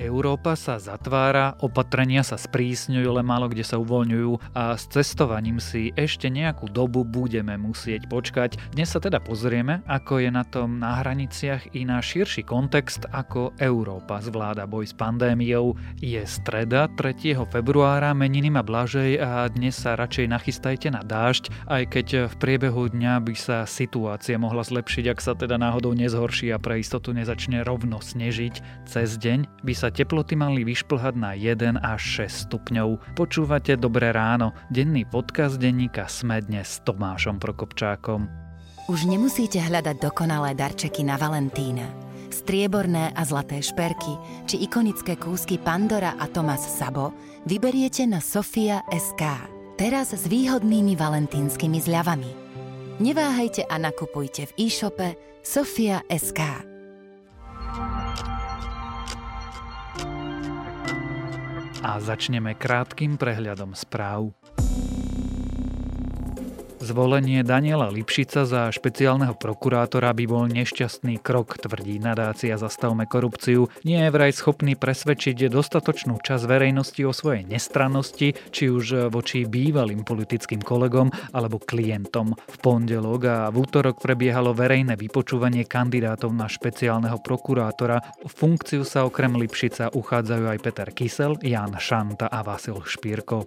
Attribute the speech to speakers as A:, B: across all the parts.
A: Európa sa zatvára, opatrenia sa sprísňujú, len málo kde sa uvoľňujú a s cestovaním si ešte nejakú dobu budeme musieť počkať. Dnes sa teda pozrieme, ako je na tom na hraniciach i na širší kontext, ako Európa zvláda boj s pandémiou. Je streda 3. februára, meniny má Blažej a dnes sa radšej nachystajte na dážď, aj keď v priebehu dňa by sa situácia mohla zlepšiť, ak sa teda náhodou nezhorší a pre istotu nezačne rovno snežiť. Cez deň by sa teploty mali vyšplhať na 1 až 6 stupňov. Počúvate Dobré ráno, denný podcast denníka SME dnes s Tomášom Prokopčákom.
B: Už nemusíte hľadať dokonalé darčeky na Valentína. Strieborné a zlaté šperky či ikonické kúsky Pandora a Thomas Sabo vyberiete na Sofia.sk. Teraz s výhodnými valentínskymi zľavami. Neváhajte a nakupujte v e-shope Sofia.sk.
A: A začneme krátkym prehľadom správ. Zvolenie Daniela Lipšica za špeciálneho prokurátora by bol nešťastný krok, tvrdí nadácia Zastavme korupciu. Nie je vraj schopný presvedčiť dostatočnú časť verejnosti o svojej nestrannosti, či už voči bývalým politickým kolegom alebo klientom. V pondelok a v útorok prebiehalo verejné vypočúvanie kandidátov na špeciálneho prokurátora. V funkciu sa okrem Lipšica uchádzajú aj Peter Kysel, Jan Šanta a Vasil Špírko.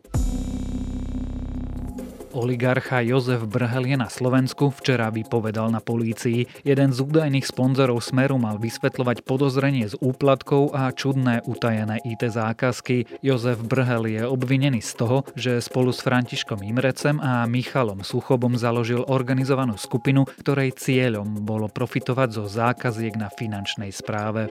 A: Oligarcha Jozef Brhel je na Slovensku, včera vypovedal na polícii. Jeden z údajných sponzorov Smeru mal vysvetľovať podozrenie z úplatkov a čudné utajené IT zákazky. Jozef Brhel je obvinený z toho, že spolu s Františkom Imrecem a Michalom Suchobom založil organizovanú skupinu, ktorej cieľom bolo profitovať zo zákaziek na finančnej správe.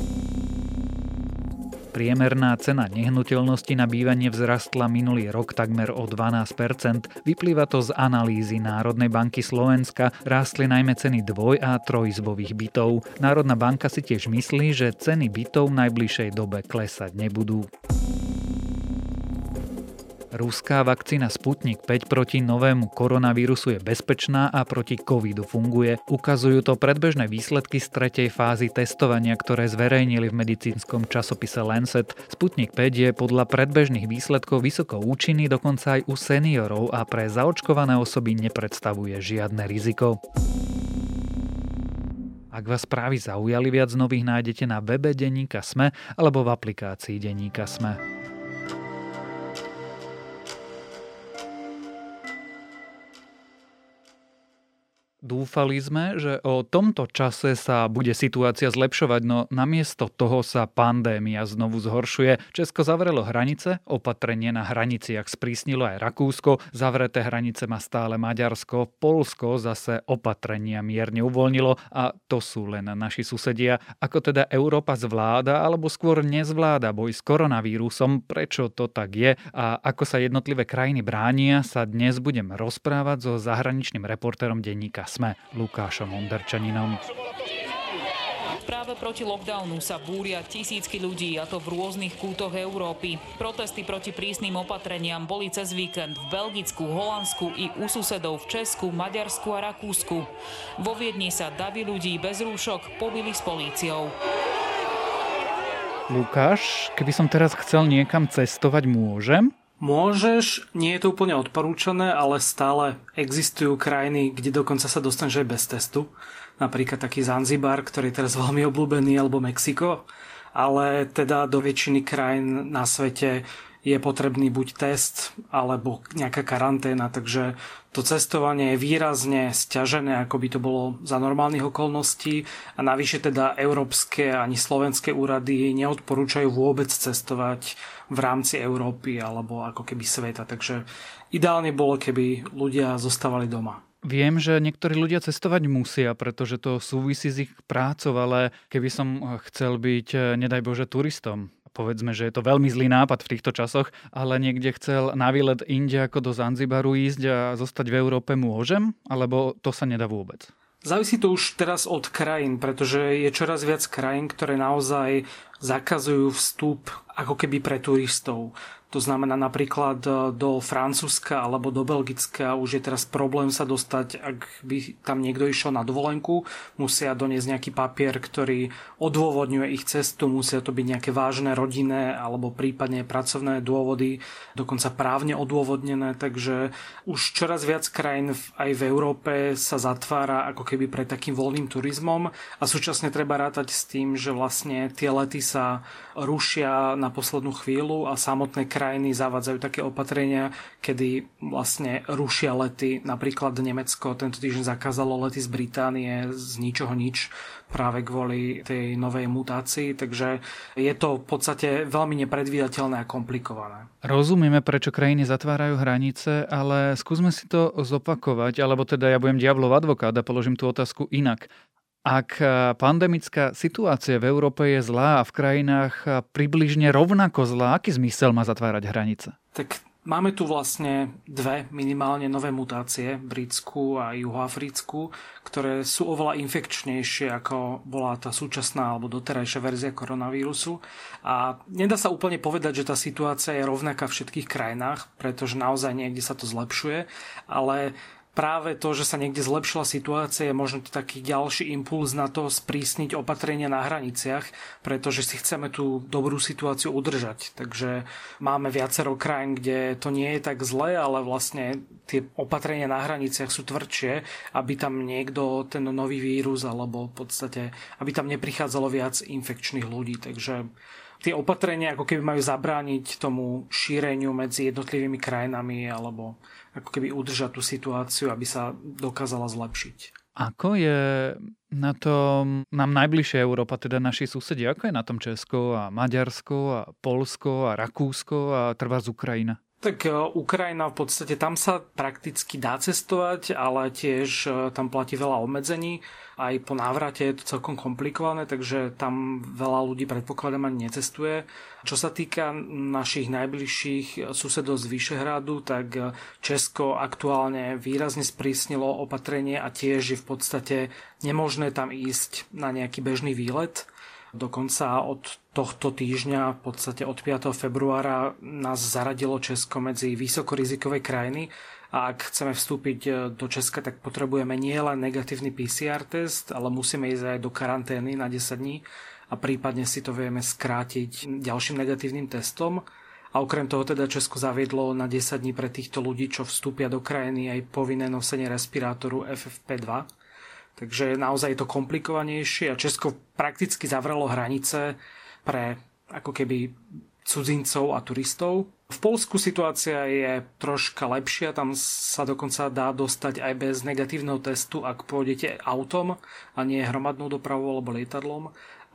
A: Priemerná cena nehnuteľnosti na bývanie vzrastla minulý rok takmer o 12%. Vyplýva to z analýzy Národnej banky Slovenska. Rástli najmä ceny dvoj- a trojizbových bytov. Národná banka si tiež myslí, že ceny bytov v najbližšej dobe klesať nebudú. Ruská vakcína Sputnik 5 proti novému koronavírusu je bezpečná a proti covidu funguje. Ukazujú to predbežné výsledky z tretej fázy testovania, ktoré zverejnili v medicínskom časopise Lancet. Sputnik 5 je podľa predbežných výsledkov vysoko účinný dokonca aj u seniorov a pre zaočkované osoby nepredstavuje žiadne riziko. Ak vás správy zaujali, viac nových nájdete na webe denníka SME alebo v aplikácii denníka SME. Dúfali sme, že o tomto čase sa bude situácia zlepšovať, no namiesto toho sa pandémia znovu zhoršuje. Česko zavrelo hranice, opatrenie na hraniciach sprísnilo aj Rakúsko, zavreté hranice má stále Maďarsko, Poľsko zase opatrenia mierne uvoľnilo a to sú len naši susedia. Ako teda Európa zvláda alebo skôr nezvláda boj s koronavírusom, prečo to tak je a ako sa jednotlivé krajiny bránia, sa dnes budem rozprávať so zahraničným reportérom denníka SME Lukášom Onderčaninom.
C: Práve proti lockdownu sa búria tisícky ľudí, a to v rôznych kútoch Európy. Protesty proti prísnym opatreniam boli cez víkend v Belgicku, Holandsku i u susedov v Česku, Maďarsku a Rakúsku. Vo Viedni sa davy ľudí bez rúšok pobili s políciou.
A: Lukáš, keby som teraz chcel niekam cestovať, môžem?
D: Môžeš, nie je to úplne odporúčané, ale stále existujú krajiny, kde dokonca sa dostaneš aj bez testu. Napríklad taký Zanzibar, ktorý je teraz veľmi obľúbený, alebo Mexiko. Ale teda do väčšiny krajín na svete je potrebný buď test, alebo nejaká karanténa. Takže to cestovanie je výrazne sťažené, ako by to bolo za normálnych okolností. A navyše teda európske ani slovenské úrady neodporúčajú vôbec cestovať v rámci Európy alebo ako keby sveta. Takže ideálne bolo, keby ľudia zostávali doma.
A: Viem, že niektorí ľudia cestovať musia, pretože to súvisí s ich prácou, ale keby som chcel byť, nedaj Bože, turistom, povedzme, že je to veľmi zlý nápad v týchto časoch, ale niekde chcel na výlet inde ako do Zanzibaru ísť a zostať v Európe, môžem? Alebo to sa nedá vôbec?
D: Závisí to už teraz od krajín, pretože je čoraz viac krajín, ktoré naozaj zakazujú vstup ako keby pre turistov. To znamená napríklad do Francúzska alebo do Belgicka už je teraz problém sa dostať, ak by tam niekto išiel na dovolenku, musia doniesť nejaký papier, ktorý odôvodňuje ich cestu, musia to byť nejaké vážne rodinné alebo prípadne pracovné dôvody, dokonca právne odôvodnené, takže už čoraz viac krajín aj v Európe sa zatvára ako keby pred takým voľným turizmom a súčasne treba rátať s tým, že vlastne tie lety sa rušia na poslednú chvíľu a samotné krajiny zavádzajú také opatrenia, kedy vlastne rušia lety. Napríklad Nemecko tento týždeň zakázalo lety z Británie z ničoho nič práve kvôli tej novej mutácii, takže je to v podstate veľmi nepredvídateľné a komplikované.
A: Rozumieme, prečo krajiny zatvárajú hranice, ale skúsme si to zopakovať, alebo teda ja budem diablov advokát a položím tú otázku inak. Ak pandemická situácia v Európe je zlá a v krajinách približne rovnako zlá, aký zmysel má zatvárať hranice?
D: Tak máme tu vlastne dve minimálne nové mutácie, britskú a juhoafrickú, ktoré sú oveľa infekčnejšie, ako bola tá súčasná alebo doterajšia verzia koronavírusu. A nedá sa úplne povedať, že tá situácia je rovnaká v všetkých krajinách, pretože naozaj niekde sa to zlepšuje, ale práve to, že sa niekde zlepšila situácia, je možno taký ďalší impuls na to sprísniť opatrenia na hraniciach, pretože si chceme tú dobrú situáciu udržať. Takže máme viacero krajín, kde to nie je tak zlé, ale vlastne tie opatrenia na hraniciach sú tvrdšie, aby tam niekto ten nový vírus alebo v podstate, aby tam neprichádzalo viac infekčných ľudí. Takže tie opatrenia ako keby majú zabrániť tomu šíreniu medzi jednotlivými krajinami alebo ako keby udržať tú situáciu, aby sa dokázala zlepšiť.
A: Ako je na tom nám najbližšia Európa, teda naši susedia, ako je na tom Česko a Maďarsko a Poľsko a Rakúsko a trvá z Ukrajina?
D: Tak Ukrajina v podstate tam sa prakticky dá cestovať, ale tiež tam platí veľa obmedzení. Aj po návrate je to celkom komplikované, takže tam veľa ľudí predpokladám ani necestuje. Čo sa týka našich najbližších susedov z Vyšehradu, tak Česko aktuálne výrazne sprísnilo opatrenie a tiež je v podstate nemožné tam ísť na nejaký bežný výlet. Dokonca od tohto týždňa, v podstate od 5. februára, nás zaradilo Česko medzi vysokorizikové krajiny a ak chceme vstúpiť do Česka, tak potrebujeme nielen negatívny PCR test, ale musíme ísť aj do karantény na 10 dní a prípadne si to vieme skrátiť ďalším negatívnym testom. A okrem toho teda Česko zaviedlo na 10 dní pre týchto ľudí, čo vstúpia do krajiny, aj povinné nosenie respirátoru FFP2. Takže naozaj je to komplikovanejšie a Česko prakticky zavrelo hranice pre ako keby cudzincov a turistov. V Poľsku situácia je troška lepšia, tam sa dokonca dá dostať aj bez negatívneho testu, ak pôjdete autom a nie hromadnou dopravou alebo lietadlom,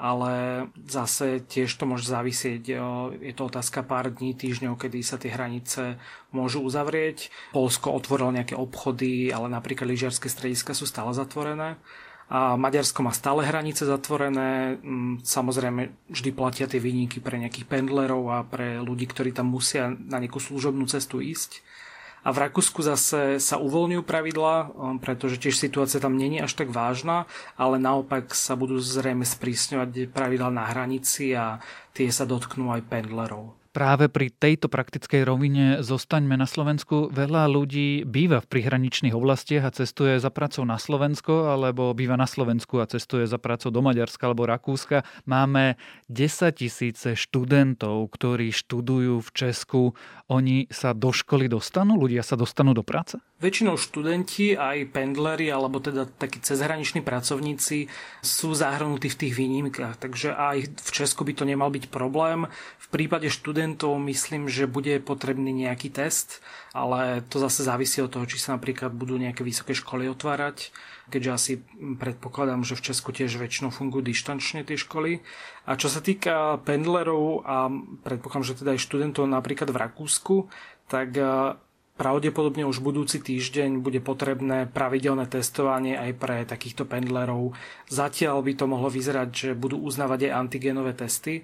D: ale zase tiež to môže závisieť, je to otázka pár dní, týždňov, kedy sa tie hranice môžu uzavrieť. Poľsko otvorilo nejaké obchody, ale napríklad lyžiarske strediska sú stále zatvorené. A Maďarsko má stále hranice zatvorené. Samozrejme, vždy platia tie výnimky pre nejakých pendlerov a pre ľudí, ktorí tam musia na nejakú služobnú cestu ísť. A v Rakúsku zase sa uvoľňujú pravidlá, pretože tiež situácia tam nie je až tak vážna, ale naopak sa budú zrejme sprísňovať pravidlá na hranici a tie sa dotknú aj pendlerov.
A: Práve pri tejto praktickej rovine zostaňme na Slovensku. Veľa ľudí býva v prihraničných oblastiach a cestuje za prácou na Slovensko, alebo býva na Slovensku a cestuje za prácou do Maďarska alebo Rakúska. Máme 10 000 študentov, ktorí študujú v Česku. Oni sa do školy dostanú? Ľudia sa dostanú do práce?
D: Väčšinou študenti, aj pendleri, alebo teda takí cezhraniční pracovníci sú zahrnutí v tých výnimkách, takže aj v Česku by to nemal byť problém. V prípade študentov myslím, že bude potrebný nejaký test, ale to zase závisí od toho, či sa napríklad budú nejaké vysoké školy otvárať, keďže asi predpokladám, že v Česku tiež väčšinou fungujú dištančne tie školy. A čo sa týka pendlerov a predpokladám, že teda aj študentov napríklad v Rakúsku, tak pravdepodobne už budúci týždeň bude potrebné pravidelné testovanie aj pre takýchto pendlerov. Zatiaľ by to mohlo vyzerať, že budú uznávať aj antigénové testy,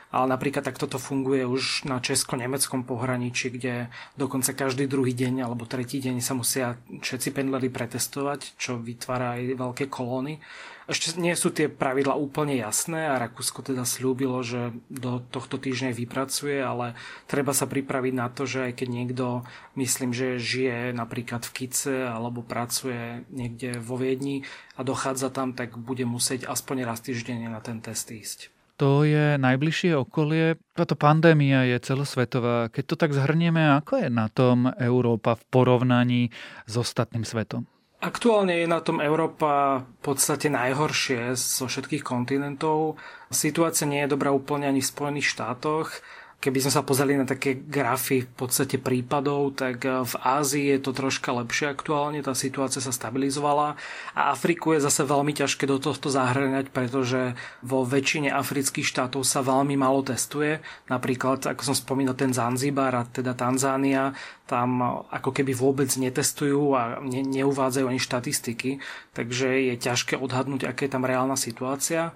D: ale napríklad takto to funguje už na česko-nemeckom pohraničí, kde dokonca každý druhý deň alebo tretí deň sa musia všetci pendleri pretestovať, čo vytvára aj veľké kolóny. Ešte nie sú tie pravidlá úplne jasné a Rakúsko teda sľúbilo, že do tohto týždňa vypracuje, ale treba sa pripraviť na to, že aj keď niekto, myslím, že žije napríklad v Kice alebo pracuje niekde vo Viedni a dochádza tam, tak bude musieť aspoň raz týždenne na ten test ísť.
A: To je najbližšie okolie. Táto pandémia je celosvetová. Keď to tak zhrnieme, ako je na tom Európa v porovnaní s ostatným svetom?
D: Aktuálne je na tom Európa v podstate najhoršie zo všetkých kontinentov. Situácia nie je dobrá úplne ani v Spojených štátoch. Keby sme sa pozreli na také grafy v podstate prípadov, tak v Ázii je to troška lepšie aktuálne, tá situácia sa stabilizovala a Afriku je zase veľmi ťažké do tohto zahrňať, pretože vo väčšine afrických štátov sa veľmi málo testuje. Napríklad, ako som spomínal, ten Zanzibar a teda Tanzánia, tam ako keby vôbec netestujú a neuvádzajú ani štatistiky, takže je ťažké odhadnúť, aká je tam reálna situácia.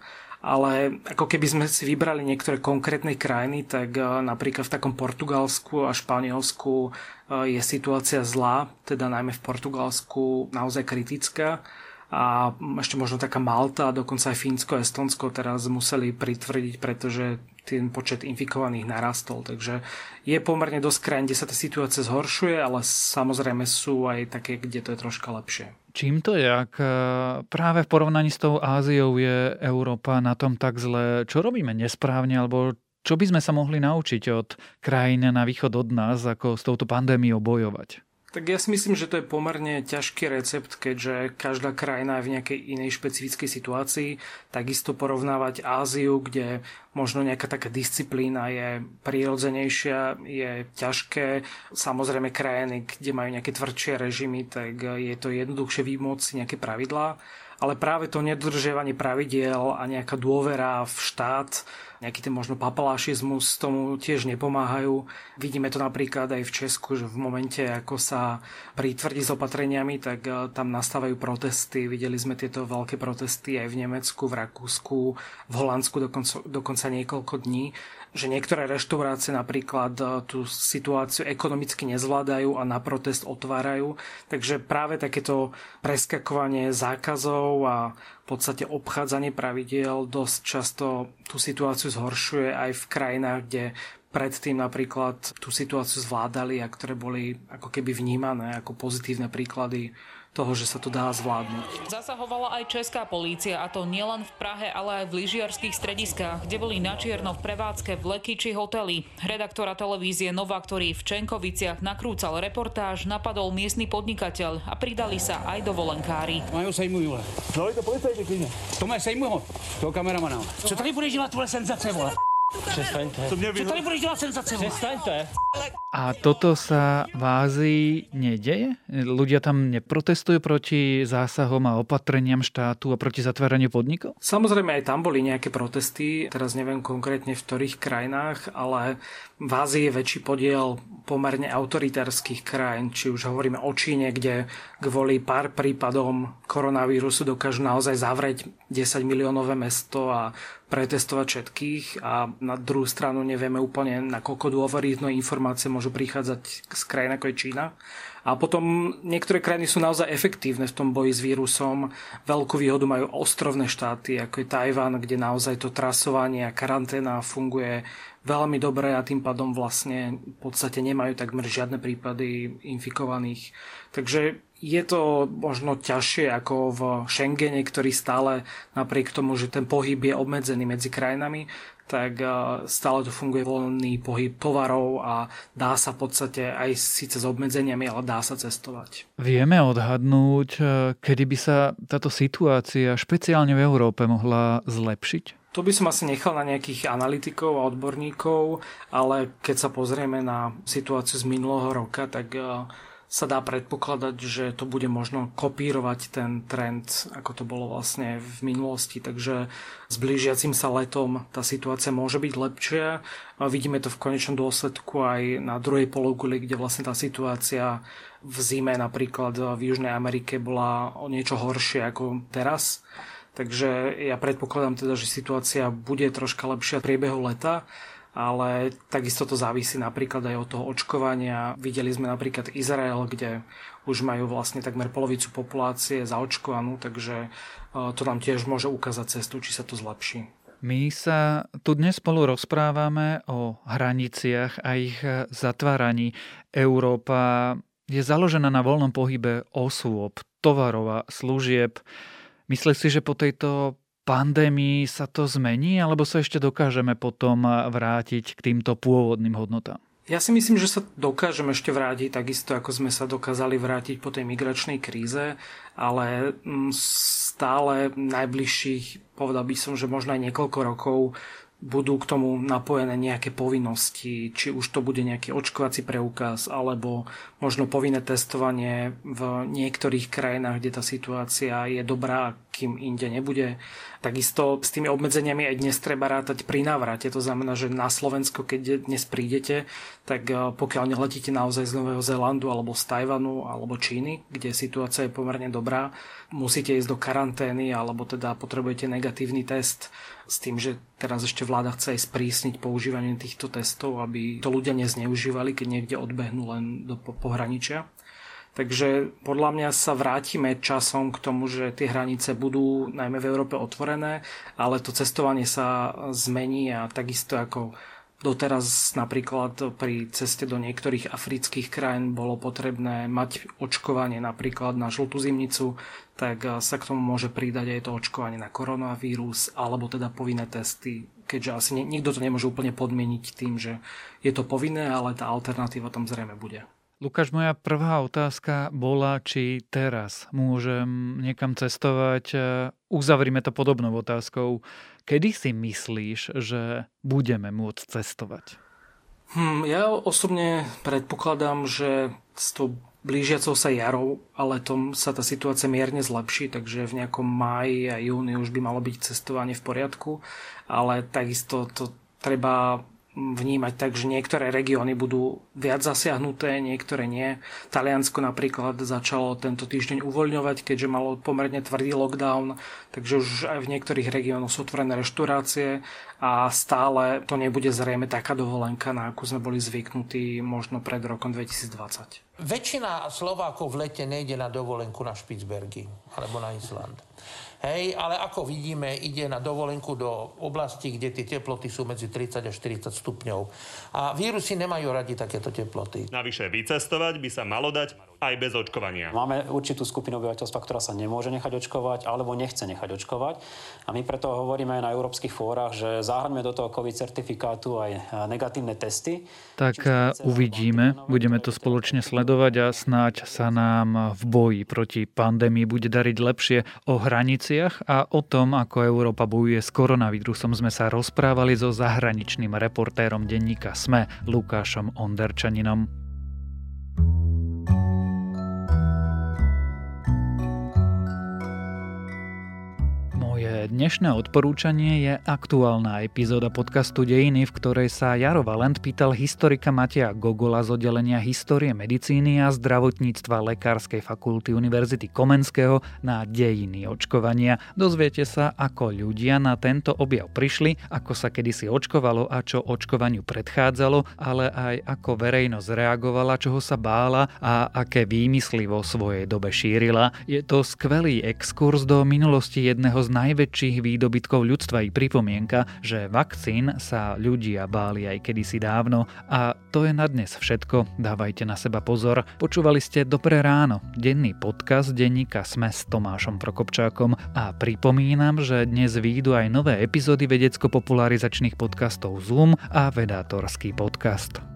D: Ale ako keby sme si vybrali niektoré konkrétne krajiny, tak napríklad v takom Portugalsku a Španielsku je situácia zlá, teda najmä v Portugalsku naozaj kritická. A ešte možno taká Malta, dokonca aj Fínsko a Estonsko teraz museli pritvrdiť, pretože ten počet infikovaných narastol. Takže je pomerne dosť krajín, kde sa tá situácia zhoršuje, ale samozrejme sú aj také, kde to je troška lepšie.
A: Čím to je, ak práve v porovnaní s tou Áziou je Európa na tom tak zle? Čo robíme nesprávne, alebo čo by sme sa mohli naučiť od krajín na východ od nás, ako s touto pandémiou bojovať?
D: Tak ja si myslím, že to je pomerne ťažký recept, keďže každá krajina je v nejakej inej špecifickej situácii. Takisto porovnávať Áziu, kde možno nejaká taká disciplína je prirodzenejšia, je ťažké. Samozrejme krajiny, kde majú nejaké tvrdšie režimy, tak je to jednoduchšie vymôcť si nejaké pravidlá. Ale práve to nedodržiavanie pravidiel a nejaká dôvera v štát, nejaký ten možno papalášizmus tomu tiež nepomáhajú. Vidíme to napríklad aj v Česku, že v momente, ako sa pritvrdí s opatreniami, tak tam nastávajú protesty. Videli sme tieto veľké protesty aj v Nemecku, v Rakúsku, v Holandsku dokonca niekoľko dní, že niektoré reštaurácie napríklad tú situáciu ekonomicky nezvládajú a na protest otvárajú. Takže práve takéto preskakovanie zákazov a v podstate obchádzanie pravidiel dosť často tú situáciu zhoršuje aj v krajinách, kde predtým napríklad tú situáciu zvládali a ktoré boli ako keby vnímané ako pozitívne príklady toho, že sa to dá zvládnuť.
C: Zasahovala aj česká polícia, a to nielen v Prahe, ale aj v lyžiarskych strediskách, kde boli načierno v prevádzke vleky či hotely. Redaktora televízie Nova, ktorý v Čenkoviciach nakrúcal reportáž, napadol miestny podnikateľ a pridali sa aj dovolenkári.
E: Majú sejmuj, vole. No, to policajte klidne. Tome, sejmuj ho. Toho kameramana. Co tady budeš dělat, vole, senzace, vole? Přestaňte. Co tady budeš dělat senzace, vole? Přestaňte.
A: A toto sa v Ázii nedeje? Ľudia tam neprotestujú proti zásahom a opatreniam štátu a proti zatváraniu podnikov?
D: Samozrejme aj tam boli nejaké protesty, teraz neviem konkrétne v ktorých krajinách, ale v Ázii je väčší podiel pomerne autoritárskych krajín, či už hovoríme o Číne, kde kvôli pár prípadom koronavírusu dokážu naozaj zavrieť 10 miliónové mesto a pretestovať všetkých, a na druhú stranu nevieme úplne, na koľko dôveryhodné informácie môžu prichádzať z krajín ako je Čína. A potom niektoré krajiny sú naozaj efektívne v tom boji s vírusom. Veľkú výhodu majú ostrovné štáty, ako je Tajvan, kde naozaj to trasovanie a karanténa funguje veľmi dobre a tým pádom vlastne v podstate nemajú takmer žiadne prípady infikovaných. Takže je to možno ťažšie ako v Schengene, ktorý stále napriek tomu, že ten pohyb je obmedzený medzi krajinami, tak stále tu funguje voľný pohyb tovarov a dá sa v podstate aj síce s obmedzeniami, ale dá sa cestovať.
A: Vieme odhadnúť, kedy by sa táto situácia špeciálne v Európe mohla zlepšiť?
D: To by som asi nechal na nejakých analytikov a odborníkov, ale keď sa pozrieme na situáciu z minulého roka, tak sa dá predpokladať, že to bude možno kopírovať ten trend, ako to bolo vlastne v minulosti. Takže s blížiacim sa letom tá situácia môže byť lepšia. Vidíme to v konečnom dôsledku aj na druhej pologuli, kde vlastne tá situácia v zime napríklad v Južnej Amerike bola o niečo horšie ako teraz. Takže ja predpokladám teda, že situácia bude troška lepšia v priebehu leta, ale takisto to závisí napríklad aj od toho očkovania. Videli sme napríklad Izrael, kde už majú vlastne takmer polovicu populácie zaočkovanú, takže to nám tiež môže ukázať cestu, či sa to zlepší.
A: My sa tu dnes spolu rozprávame o hraniciach a ich zatváraní. Európa je založená na voľnom pohybe osôb, tovarov a služieb. Myslíš si, že po tejto pandémii sa to zmení, alebo sa ešte dokážeme potom vrátiť k týmto pôvodným hodnotám?
D: Ja si myslím, že sa dokážeme ešte vrátiť, takisto ako sme sa dokázali vrátiť po tej migračnej kríze, ale stále najbližších, povedal by som, že možno aj niekoľko rokov budú k tomu napojené nejaké povinnosti, či už to bude nejaký očkovací preukaz, alebo možno povinné testovanie v niektorých krajinách, kde tá situácia je dobrá, kým inde nebude. Takisto s tými obmedzeniami aj dnes treba rátať pri návrate. To znamená, že na Slovensko, keď dnes prídete, tak pokiaľ neletíte naozaj z Nového Zélandu, alebo z Tajvanu, alebo Číny, kde situácia je pomerne dobrá, musíte ísť do karantény, alebo teda potrebujete negatívny test, s tým, že teraz ešte vláda chce aj sprísniť používanie týchto testov, aby to ľudia nezneužívali, keď niekde odbehnú len do pohraničia. Takže podľa mňa sa vrátime časom k tomu, že tie hranice budú najmä v Európe otvorené, ale to cestovanie sa zmení a takisto ako doteraz napríklad pri ceste do niektorých afrických krajín bolo potrebné mať očkovanie napríklad na žltú zimnicu, tak sa k tomu môže pridať aj to očkovanie na koronavírus alebo teda povinné testy, keďže asi nikto to nemôže úplne podmieniť tým, že je to povinné, ale tá alternatíva tam zrejme bude.
A: Lukáš, moja prvá otázka bola, či teraz môžem niekam cestovať. Uzavrime to podobnou otázkou. Kedy si myslíš, že budeme môcť cestovať?
D: Ja osobne predpokladám, že s tou blížiacou sa jarou a letom sa tá situácia mierne zlepší, takže v nejakom máji a júni už by malo byť cestovanie v poriadku, ale takisto to treba vnímať tak, že niektoré regióny budú viac zasiahnuté, niektoré nie. Taliansko napríklad začalo tento týždeň uvoľňovať, keďže malo pomerne tvrdý lockdown, takže už aj v niektorých regiónoch sú otvorené reštaurácie a stále to nebude zrejme taká dovolenka, na akú sme boli zvyknutí možno pred rokom 2020.
F: Väčšina Slovákov v lete nejde na dovolenku na Špicbergy alebo na Island. Hej, ale ako vidíme, ide na dovolenku do oblasti, kde tie teploty sú medzi 30 až 40 stupňov. A vírusy nemajú radi takéto teploty.
G: Navyše vycestovať by sa malo dať aj bez očkovania.
H: Máme určitú skupinu obyvateľstva, ktorá sa nemôže nechať očkovať alebo nechce nechať očkovať. A my preto hovoríme aj na európskych fórach, že zahrňme do toho COVID certifikátu aj negatívne testy.
A: Tak uvidíme, budeme to spoločne sledovať a snáď sa nám v boji proti pandémii bude dariť lepšie. O hraniciach a o tom, ako Európa bojuje s koronavírusom, sme sa rozprávali so zahraničným reportérom denníka SME Lukášom Onderčaninom. Dnešné odporúčanie je aktuálna epizóda podcastu Dejiny, v ktorej sa Jaro Valent pýtal historika Mateja Gogola z oddelenia histórie medicíny a zdravotníctva Lekárskej fakulty Univerzity Komenského na dejiny očkovania. Dozviete sa, ako ľudia na tento objav prišli, ako sa kedysi očkovalo a čo očkovaniu predchádzalo, ale aj ako verejnosť reagovala, čoho sa bála a aké výmysly vo svojej dobe šírila. Je to skvelý exkurs do minulosti jedného z najväčších výdobytkov ľudstva i pripomienka, že vakcín sa ľudia báli aj kedysi dávno. A to je na dnes všetko. Dávajte na seba pozor. Počúvali ste Dobré ráno, denný podcast denníka SME s Tomášom Prokopčákom a pripomínam, že dnes vyjdú aj nové epizódy vedecko-popularizačných podcastov Zoom a Vedátorský podcast.